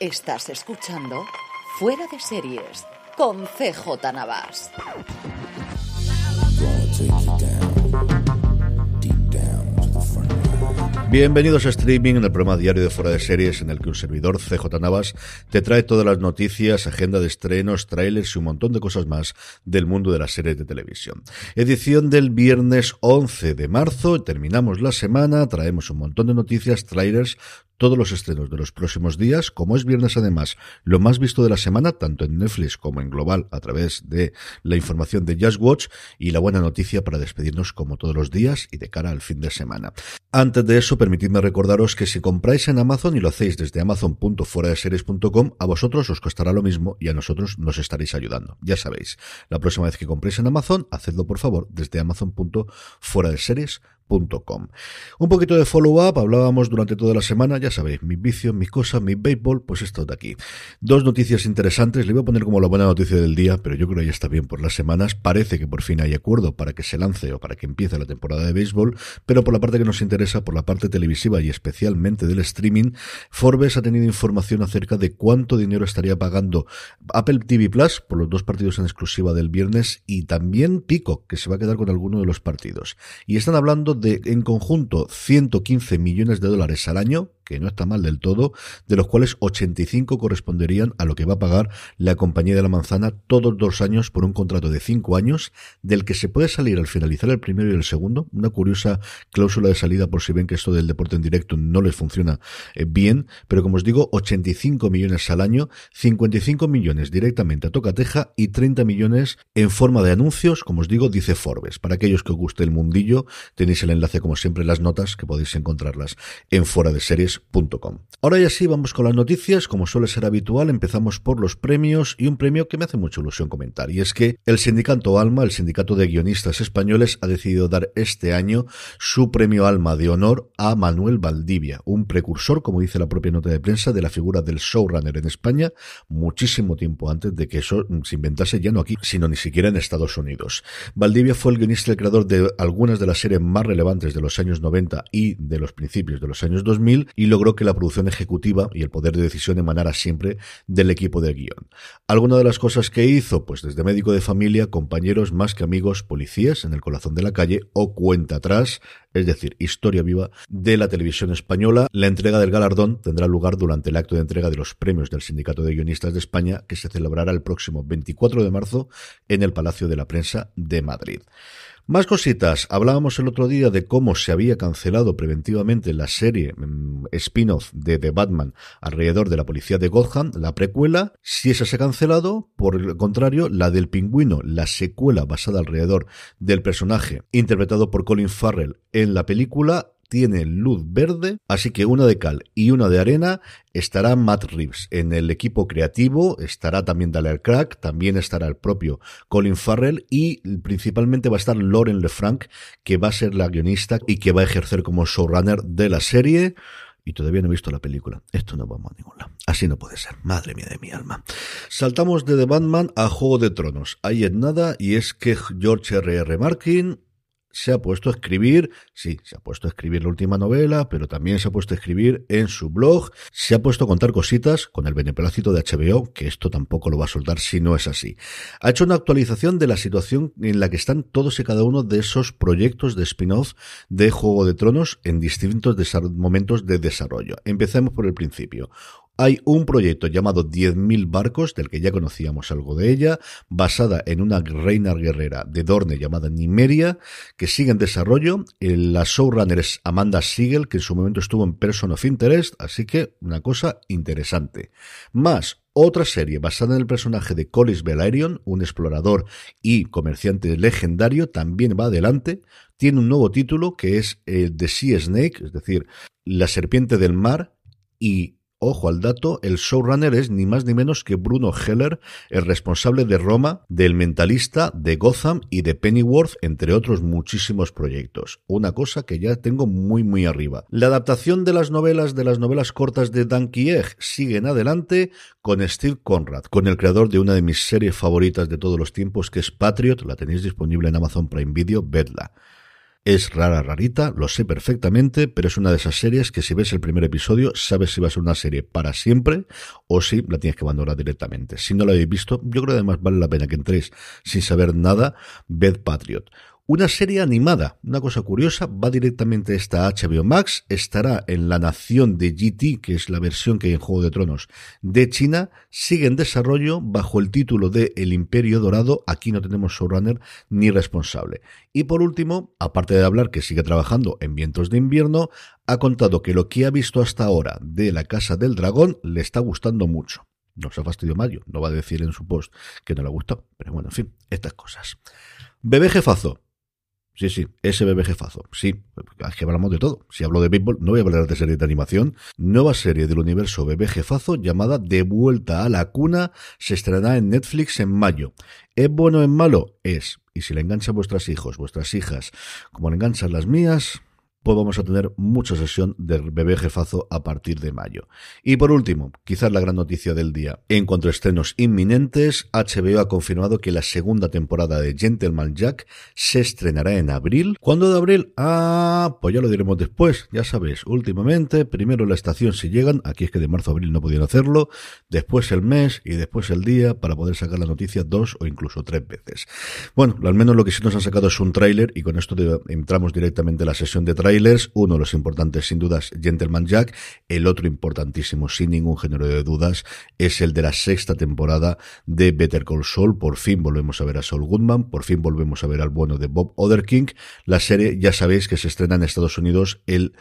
Estás escuchando Fuera de Series con CJ Navas. Bienvenidos a Streaming, en el programa diario de Fuera de Series, en el que un servidor, CJ Navas, te trae todas las noticias, agenda de estrenos, trailers y un montón de cosas más del mundo de las series de televisión. Edición del viernes 11 de marzo, terminamos la semana, traemos un montón de noticias, trailers, todos los estrenos de los próximos días. Como es viernes, además, lo más visto de la semana, tanto en Netflix como en global, a través de la información de Just Watch, y la buena noticia para despedirnos como todos los días y de cara al fin de semana. Antes de eso, permitidme recordaros que si compráis en Amazon y lo hacéis desde amazon.fueradeseries.com, a vosotros os costará lo mismo y a nosotros nos estaréis ayudando. Ya sabéis, la próxima vez que compréis en Amazon, hacedlo por favor desde amazon.fueradeseries.com. Un poquito de follow-up, hablábamos durante toda la semana, ya sabéis, mis vicios, mis cosas, mi béisbol, pues esto de aquí. Dos noticias interesantes, le voy a poner como la buena noticia del día, pero yo creo que ya está bien por las semanas. Parece que por fin hay acuerdo para que se lance o para que empiece la temporada de béisbol, pero por la parte que nos interesa, por la parte televisiva y especialmente del streaming, Forbes ha tenido información acerca de cuánto dinero estaría pagando Apple TV Plus por los dos partidos en exclusiva del viernes, y también Peacock, que se va a quedar con alguno de los partidos. Y están hablando de, en conjunto, 115 millones de dólares al año, que no está mal del todo, de los cuales 85 corresponderían a lo que va a pagar la compañía de la manzana todos los años por un contrato de 5 años, del que se puede salir al finalizar el primero y el segundo. Una curiosa cláusula de salida por si ven que esto del deporte en directo no les funciona bien, pero como os digo, 85 millones al año, 55 millones directamente a tocateja y 30 millones en forma de anuncios, como os digo, dice Forbes. Para aquellos que os guste el mundillo, tenéis el enlace como siempre en las notas, que podéis encontrarlas en fueradeseries.com. Ahora ya sí, vamos con las noticias. Como suele ser habitual, empezamos por los premios, y un premio que me hace mucha ilusión comentar, y es que el sindicato ALMA, el sindicato de guionistas españoles, ha decidido dar este año su premio ALMA de honor a Manuel Valdivia, un precursor, como dice la propia nota de prensa, de la figura del showrunner en España, muchísimo tiempo antes de que eso se inventase, ya no aquí, sino ni siquiera en Estados Unidos. Valdivia fue el guionista y el creador de algunas de las series más relevantes de los años 90 y de los principios de los años 2000, y logró que la producción ejecutiva y el poder de decisión emanara siempre del equipo de guión. Alguna de las cosas que hizo, pues desde médico de familia, compañeros más que amigos, policías en el corazón de la calle o cuenta atrás, es decir, historia viva de la televisión española. La entrega del galardón tendrá lugar durante el acto de entrega de los premios del Sindicato de Guionistas de España, que se celebrará el próximo 24 de marzo en el Palacio de la Prensa de Madrid. Más cositas. Hablábamos el otro día de cómo se había cancelado preventivamente la serie spin-off de The Batman alrededor de la policía de Gotham, la precuela. Si esa se ha cancelado, por el contrario, la del Pingüino, la secuela basada alrededor del personaje interpretado por Colin Farrell en la película, tiene luz verde, así que una de cal y una de arena. Estará Matt Reeves en el equipo creativo, estará también Daniel Craig, también estará el propio Colin Farrell, y principalmente va a estar Lauren LeFranc, que va a ser la guionista y que va a ejercer como showrunner de la serie. Y todavía no he visto la película. Esto no vamos a ningún lado. Así no puede ser. Madre mía de mi alma. Saltamos de The Batman a Juego de Tronos. Ahí es nada, y es que George R.R. Martin se ha puesto a escribir, sí, se ha puesto a escribir la última novela, pero también se ha puesto a escribir en su blog, se ha puesto a contar cositas con el beneplácito de HBO, que esto tampoco lo va a soltar si no es así. Ha hecho una actualización de la situación en la que están todos y cada uno de esos proyectos de spin-off de Juego de Tronos en distintos momentos de desarrollo. Empecemos por el principio. Hay un proyecto llamado 10.000 barcos, del que ya conocíamos algo de ella, basada en una reina guerrera de Dorne llamada Nymeria, que sigue en desarrollo. La showrunner es Amanda Siegel, que en su momento estuvo en Person of Interest, así que una cosa interesante. Más otra serie basada en el personaje de Corlys Velaryon, un explorador y comerciante legendario, también va adelante. Tiene un nuevo título que es The Sea Snake, es decir, la serpiente del mar, y ojo al dato, el showrunner es ni más ni menos que Bruno Heller, el responsable de Roma, del Mentalista, de Gotham y de Pennyworth, entre otros muchísimos proyectos. Una cosa que ya tengo muy muy arriba. La adaptación de las novelas cortas de Danky Egg siguen adelante con Steve Conrad, con el creador de una de mis series favoritas de todos los tiempos, que es Patriot. La tenéis disponible en Amazon Prime Video, vedla. Es rarita, lo sé perfectamente, pero es una de esas series que si ves el primer episodio sabes si va a ser una serie para siempre o si la tienes que abandonar directamente. Si no la habéis visto, yo creo que además vale la pena que entréis sin saber nada. ved Patriot. Una serie animada, una cosa curiosa, va directamente esta HBO Max, estará en la nación de GT, que es la versión que hay en Juego de Tronos de China, sigue en desarrollo bajo el título de El Imperio Dorado, aquí no tenemos showrunner ni responsable. Y por último, aparte de hablar que sigue trabajando en Vientos de Invierno, ha contado que lo que ha visto hasta ahora de La Casa del Dragón le está gustando mucho. No se ha fastidiado Mario, no va a decir en su post que no le gustó, pero bueno, en fin, estas cosas. Bebé Jefazo. Sí, ese bebé jefazo. Sí, es que hablamos de todo. Si hablo de béisbol, no voy a hablar de serie de animación. Nueva serie del universo bebé jefazo llamada De Vuelta a la Cuna se estrenará en Netflix en mayo. ¿Es bueno o es malo? Es. Y si le enganchan vuestros hijos, vuestras hijas, como le enganchan las mías, pues vamos a tener mucha sesión de bebé jefazo a partir de mayo. Y por último, quizás la gran noticia del día. En cuanto a estrenos inminentes, HBO ha confirmado que la segunda temporada de Gentleman Jack se estrenará en abril. ¿Cuándo de abril? Pues ya lo diremos después. Ya sabéis, últimamente, primero la estación si llegan, aquí es que de marzo a abril no podían hacerlo, después el mes y después el día para poder sacar la noticia 2 o incluso 3 veces. Bueno, al menos lo que sí nos han sacado es un tráiler y con esto entramos directamente a la sesión de tráiler. Uno de los importantes sin dudas Gentleman Jack, el otro importantísimo sin ningún género de dudas es el de la sexta temporada de Better Call Saul. Por fin volvemos a ver a Saul Goodman, por fin volvemos a ver al bueno de Bob Odenkirk. La serie ya sabéis que se estrena en Estados Unidos el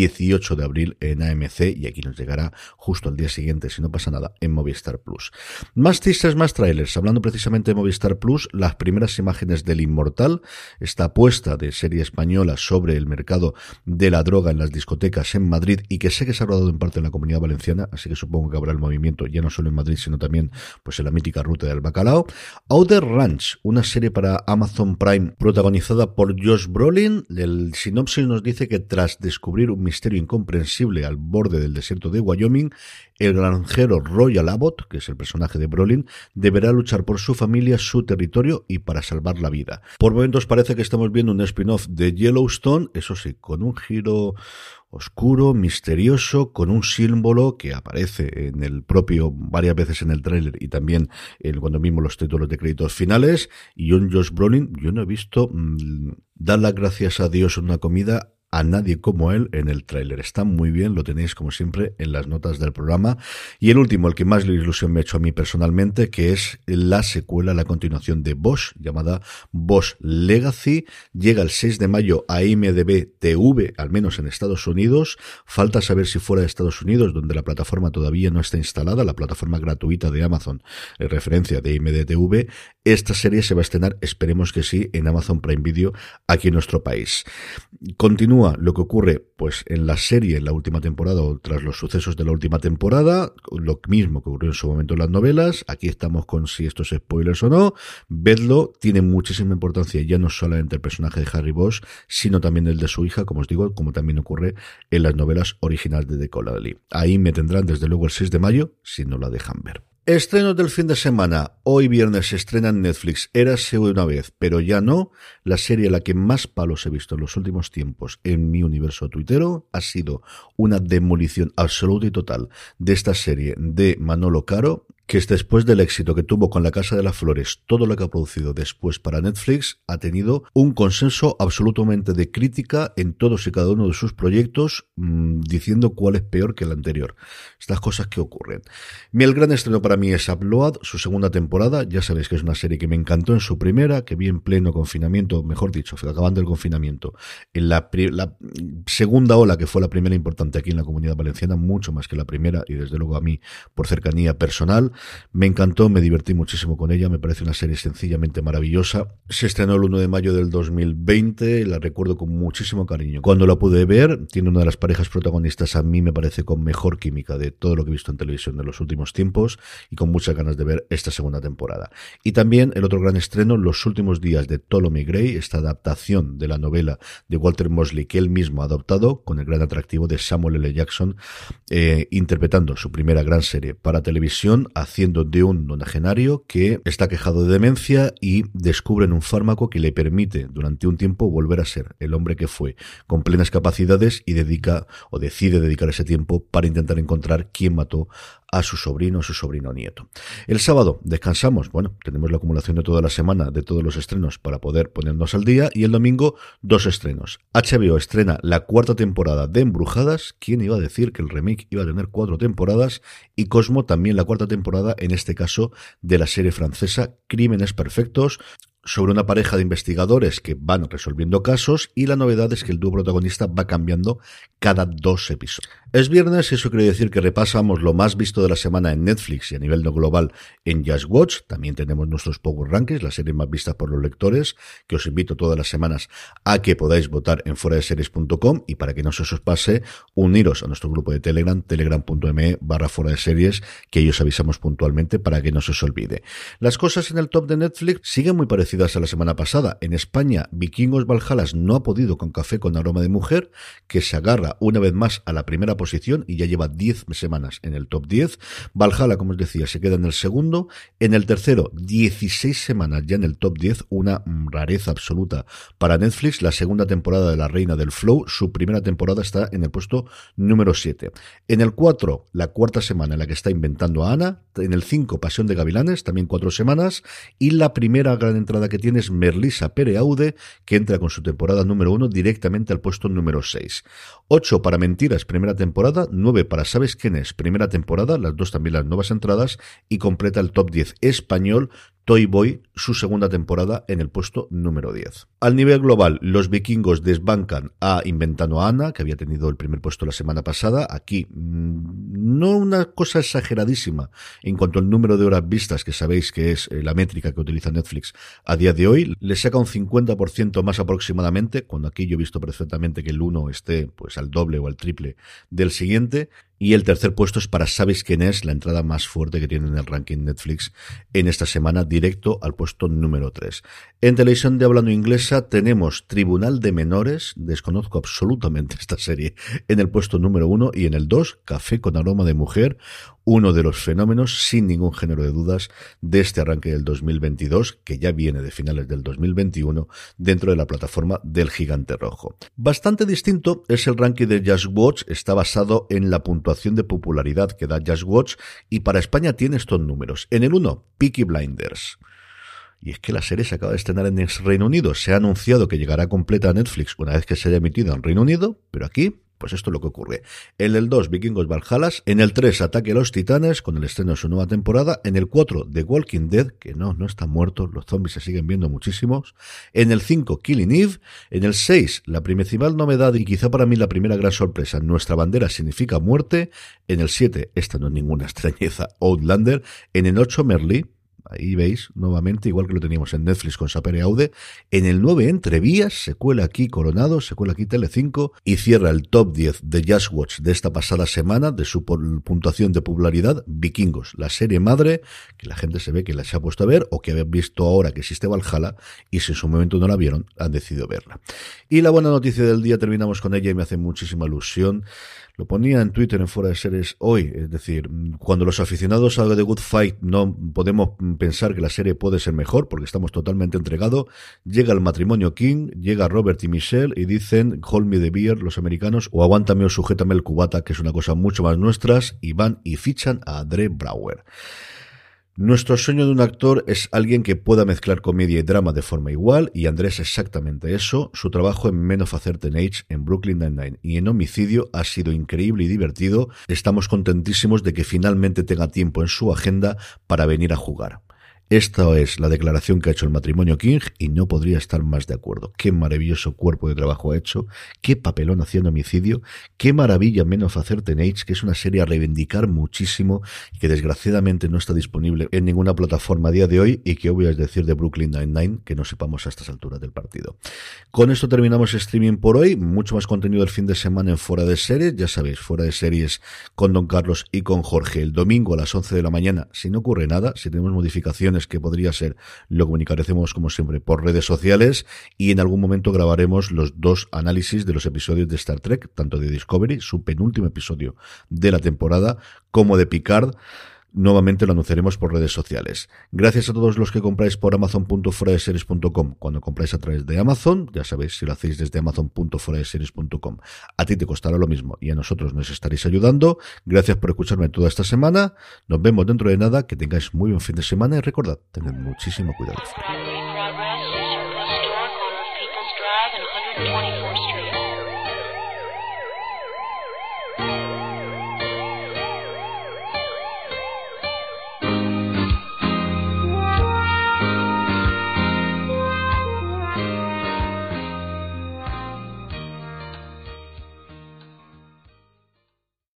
18 de abril en AMC y aquí nos llegará justo al día siguiente, si no pasa nada, en Movistar Plus. Más teasers, más trailers. Hablando precisamente de Movistar Plus, las primeras imágenes del Inmortal, esta apuesta de serie española sobre el mercado de la droga en las discotecas en Madrid y que sé que se ha rodado en parte en la Comunidad Valenciana, así que supongo que habrá el movimiento ya no solo en Madrid sino también pues en la mítica ruta del bacalao. Outer Ranch, una serie para Amazon Prime protagonizada por Josh Brolin. El sinopsis nos dice que tras descubrir un misterio incomprensible al borde del desierto de Wyoming, el granjero Royal Abbott, que es el personaje de Brolin, deberá luchar por su familia, su territorio y para salvar la vida. Por momentos parece que estamos viendo un spin-off de Yellowstone, eso sí, con un giro oscuro, misterioso, con un símbolo que aparece en el propio, varias veces en el tráiler y también cuando vimos los títulos de créditos finales, y un Josh Brolin, yo no he visto dar las gracias a Dios en una comida a nadie como él en el tráiler. Está muy bien, lo tenéis como siempre en las notas del programa. Y el último, el que más ilusión me ha hecho a mí personalmente, que es la secuela, la continuación de Bosch, llamada Bosch Legacy. Llega el 6 de mayo a IMDb TV, al menos en Estados Unidos. Falta saber si fuera de Estados Unidos, donde la plataforma todavía no está instalada, la plataforma gratuita de Amazon, en referencia de IMDb TV. Esta serie se va a estrenar, esperemos que sí, en Amazon Prime Video aquí en nuestro país. Continúa lo que ocurre pues en la serie, en la última temporada o tras los sucesos de la última temporada, lo mismo que ocurrió en su momento en las novelas. Aquí estamos con si esto es spoilers o no. Vedlo, tiene muchísima importancia ya no solamente el personaje de Harry Bosch, sino también el de su hija, como os digo, como también ocurre en las novelas originales de Decola Lee. Ahí me tendrán desde luego el 6 de mayo, si no la dejan ver. Estrenos del fin de semana. Hoy viernes se estrena en Netflix Érase una vez, pero ya no. La serie a la que más palos he visto en los últimos tiempos en mi universo tuitero ha sido una demolición absoluta y total de esta serie de Manolo Caro, que es después del éxito que tuvo con La Casa de las Flores, todo lo que ha producido después para Netflix, ha tenido un consenso absolutamente de crítica en todos y cada uno de sus proyectos, diciendo cuál es peor que el anterior. Estas cosas que ocurren. El gran estreno para mí es Upload, su segunda temporada. Ya sabéis que es una serie que me encantó en su primera, que vi en pleno confinamiento, mejor dicho, acabando el confinamiento, en la segunda ola, que fue la primera importante aquí en la Comunidad Valenciana, mucho más que la primera, y desde luego a mí, por cercanía personal. Me encantó, me divertí muchísimo con ella, me parece una serie sencillamente maravillosa. Se estrenó el 1 de mayo del 2020, la recuerdo con muchísimo cariño. Cuando la pude ver, tiene una de las parejas protagonistas a mí me parece con mejor química de todo lo que he visto en televisión de los últimos tiempos y con muchas ganas de ver esta segunda temporada. Y también el otro gran estreno, Los últimos días de Ptolemy Gray, esta adaptación de la novela de Walter Mosley que él mismo ha adoptado, con el gran atractivo de Samuel L. Jackson interpretando su primera gran serie para televisión, haciendo de un nonagenario que está quejado de demencia y descubren un fármaco que le permite durante un tiempo volver a ser el hombre que fue, con plenas capacidades, y decide dedicar ese tiempo para intentar encontrar quién mató a su sobrino nieto. El sábado descansamos, tenemos la acumulación de toda la semana de todos los estrenos para poder ponernos al día, y el domingo 2 estrenos. HBO estrena la 4ª temporada de Embrujadas. ¿Quién iba a decir que el remake iba a tener 4 temporadas? Y Cosmo también la 4ª temporada, en este caso de la serie francesa Crímenes Perfectos, sobre una pareja de investigadores que van resolviendo casos, y la novedad es que el dúo protagonista va cambiando cada 2 episodios. Es viernes y eso quiere decir que repasamos lo más visto de la semana en Netflix y a nivel no global en Just Watch. También tenemos nuestros Power Rankings, las series más vistas por los lectores, que os invito todas las semanas a que podáis votar en fueradeseries.com, y para que no se os pase, uniros a nuestro grupo de Telegram, telegram.me/fueradeseries, que ahí os avisamos puntualmente para que no se os olvide. Las cosas en el top de Netflix siguen muy parecidas a la semana pasada. En España, Vikingos Valhalla no ha podido con Café con aroma de mujer, que se agarra una vez más a la primera posición y ya lleva 10 semanas en el top 10. Valhalla, como os decía, se queda en el segundo. En el tercero, 16 semanas ya en el top 10, una rareza absoluta para Netflix. La segunda temporada de La Reina del Flow, su primera temporada, está en el puesto número 7. En el 4, la 4ª semana en la que está inventando a Ana. En el 5, Pasión de Gavilanes, también 4 semanas. Y la primera gran entrada que tiene es Merlisa Pereaude, que entra con su temporada número 1 directamente al puesto número 6. 8 para Mentiras, primera temporada. 9 para ¿Sabes quién es?, primera temporada, las dos también las nuevas entradas, y completa el top 10 español Toy Boy, su segunda temporada, en el puesto número 10. Al nivel global, los vikingos desbancan a Inventando a Ana, que había tenido el primer puesto la semana pasada. Aquí, no una cosa exageradísima en cuanto al número de horas vistas, que sabéis que es la métrica que utiliza Netflix a día de hoy. Le saca un 50% más aproximadamente, cuando aquí yo he visto perfectamente que el 1 esté pues al doble o al triple del siguiente. Y el tercer puesto es para ¿Sabes quién es?, la entrada más fuerte que tiene en el ranking Netflix en esta semana, directo al puesto número 3. En televisión de hablando inglesa tenemos Tribunal de Menores, desconozco absolutamente esta serie, en el puesto número 1, y en el 2, Café con aroma de mujer, uno de los fenómenos, sin ningún género de dudas, de este arranque del 2022, que ya viene de finales del 2021, dentro de la plataforma del Gigante Rojo. Bastante distinto es el ranking de Just Watch, está basado en la puntuación de popularidad que da Just Watch, y para España tiene estos números. En el 1, Peaky Blinders. Y es que la serie se acaba de estrenar en el Reino Unido. Se ha anunciado que llegará completa a Netflix una vez que se haya emitido en Reino Unido, pero aquí, pues esto es lo que ocurre. En el 2, Vikingos Valhalla. En el 3, Ataque a los Titanes, con el estreno de su nueva temporada. En el 4, The Walking Dead, que no están muertos, los zombies se siguen viendo muchísimos. En el 5, Killing Eve. En el 6, la principal novedad y quizá para mí la primera gran sorpresa, Nuestra bandera significa muerte. En el 7, esta no es ninguna extrañeza, Outlander. En el 8, Merlí. Ahí veis, nuevamente, igual que lo teníamos en Netflix con Sapere Aude. En el 9, Entre Vías, se cuela aquí Coronado, se cuela aquí Telecinco, y cierra el top 10 de Just Watch de esta pasada semana, de su puntuación de popularidad, Vikingos, la serie madre, que la gente se ve que la se ha puesto a ver, o que habían visto ahora que existe Valhalla, y si en su momento no la vieron, han decidido verla. Y la buena noticia del día, terminamos con ella y me hace muchísima ilusión. Lo ponía en Twitter en Fuera de Series hoy, es decir, cuando los aficionados a The Good Fight no podemos pensar que la serie puede ser mejor, porque estamos totalmente entregados, llega el matrimonio King, llega Robert y Michelle y dicen Hold me the beer, los americanos, o aguántame o sujétame el cubata, que es una cosa mucho más nuestras, y van y fichan a Andre Braugher. Nuestro sueño de un actor es alguien que pueda mezclar comedia y drama de forma igual, y Andrés es exactamente eso. Su trabajo en Men of a Certain Age, en Brooklyn Nine-Nine y en Homicidio ha sido increíble y divertido. Estamos contentísimos de que finalmente tenga tiempo en su agenda para venir a jugar. Esta es la declaración que ha hecho el matrimonio King y no podría estar más de acuerdo. Qué maravilloso cuerpo de trabajo ha hecho, qué papelón haciendo Homicidio, qué maravilla Men of a Certain Age, que es una serie a reivindicar muchísimo y que desgraciadamente no está disponible en ninguna plataforma a día de hoy, y que voy a decir de Brooklyn Nine-Nine que no sepamos a estas alturas del partido. Con esto terminamos streaming por hoy. Mucho más contenido el fin de semana en Fuera de Series, ya sabéis, Fuera de Series con Don Carlos y con Jorge el domingo a las 11 de la mañana, si no ocurre nada, si tenemos modificaciones que podría ser, lo comunicaremos como siempre por redes sociales, y en algún momento grabaremos los 2 análisis de los episodios de Star Trek, tanto de Discovery, su penúltimo episodio de la temporada, como de Picard, nuevamente lo anunciaremos por redes sociales. Gracias a todos los que compráis por amazon.foradeseries.com. Cuando compráis a través de Amazon, ya sabéis, si lo hacéis desde amazon.foradeseries.com, a ti te costará lo mismo y a nosotros nos estaréis ayudando. Gracias por escucharme toda esta semana. Nos vemos dentro de nada. Que tengáis muy buen fin de semana y recordad, tened muchísimo cuidado.